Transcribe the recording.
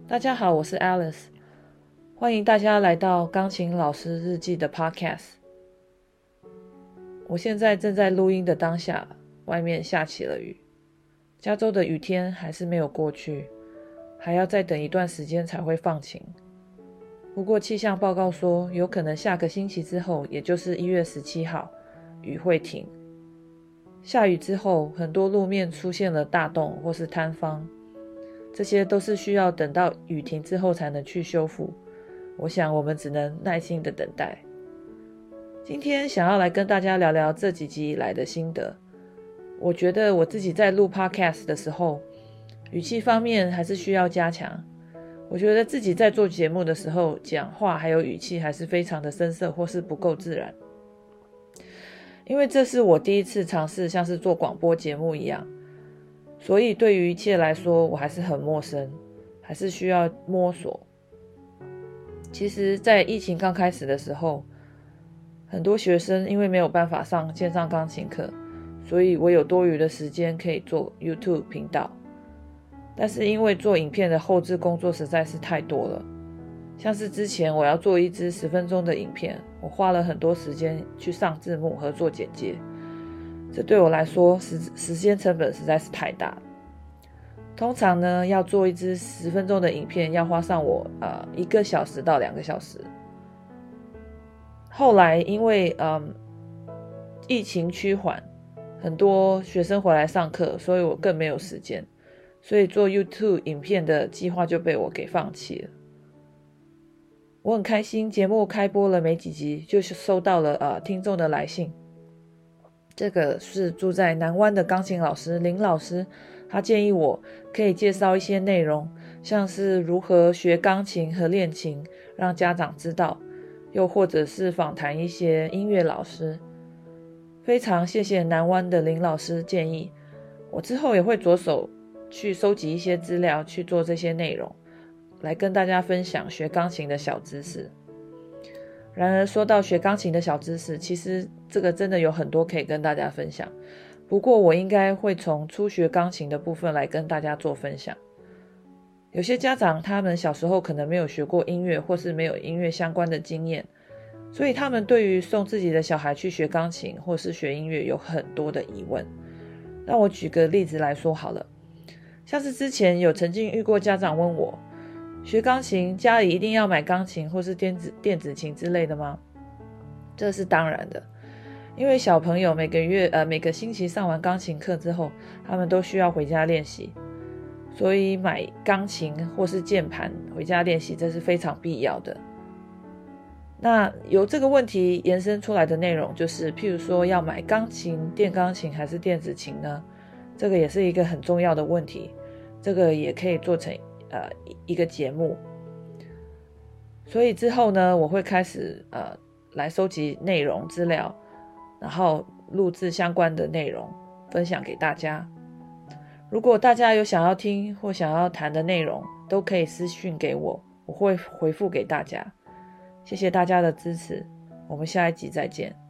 大家好，我是 Alice， 欢迎大家来到钢琴老师日记的 Podcast。 我现在正在录音的当下，外面下起了雨，加州的雨天还是没有过去，还要再等一段时间才会放晴。不过气象报告说，有可能下个星期之后，也就是1月17号，雨会停。下雨之后，很多路面出现了大洞或是坍方，这些都是需要等到雨停之后才能去修复。我想我们只能耐心的等待。今天想要来跟大家聊聊这几集以来的心得。我觉得我自己在录 podcast 的时候，语气方面还是需要加强。我觉得自己在做节目的时候，讲话还有语气还是非常的生涩或是不够自然。因为这是我第一次尝试像是做广播节目一样，所以对于一切来说我还是很陌生，还是需要摸索。其实在疫情刚开始的时候，很多学生因为没有办法上线上钢琴课，所以我有多余的时间可以做 YouTube 频道。但是因为做影片的后制工作实在是太多了，像是之前我要做一支10分钟的影片，我花了很多时间去上字幕和做剪接，这对我来说时间成本实在是太大了。通常呢，要做一支10分钟的影片要花上我1个小时到2个小时。后来因为疫情趋缓，很多学生回来上课，所以我更没有时间，所以做 YouTube 影片的计划就被我给放弃了。我很开心，节目开播了没几集，就收到了听众的来信。这个是住在南湾的钢琴老师林老师，他建议我可以介绍一些内容，像是如何学钢琴和练琴，让家长知道，又或者是访谈一些音乐老师。非常谢谢南湾的林老师建议，我之后也会着手去收集一些资料，去做这些内容，来跟大家分享学钢琴的小知识。然而说到学钢琴的小知识，其实这个真的有很多可以跟大家分享，不过我应该会从初学钢琴的部分来跟大家做分享。有些家长他们小时候可能没有学过音乐，或是没有音乐相关的经验，所以他们对于送自己的小孩去学钢琴或是学音乐有很多的疑问。让我举个例子来说好了，像是之前有曾经遇过家长问我，学钢琴家里一定要买钢琴或是电子琴之类的吗？这是当然的，因为小朋友每个星期上完钢琴课之后，他们都需要回家练习，所以买钢琴或是键盘回家练习，这是非常必要的。那由这个问题延伸出来的内容就是，譬如说要买钢琴、电钢琴还是电子琴呢？这个也是一个很重要的问题，这个也可以做成一个节目。所以之后呢，我会开始来收集内容资料，然后录制相关的内容分享给大家。如果大家有想要听或想要谈的内容，都可以私讯给我，我会回复给大家。谢谢大家的支持，我们下一集再见。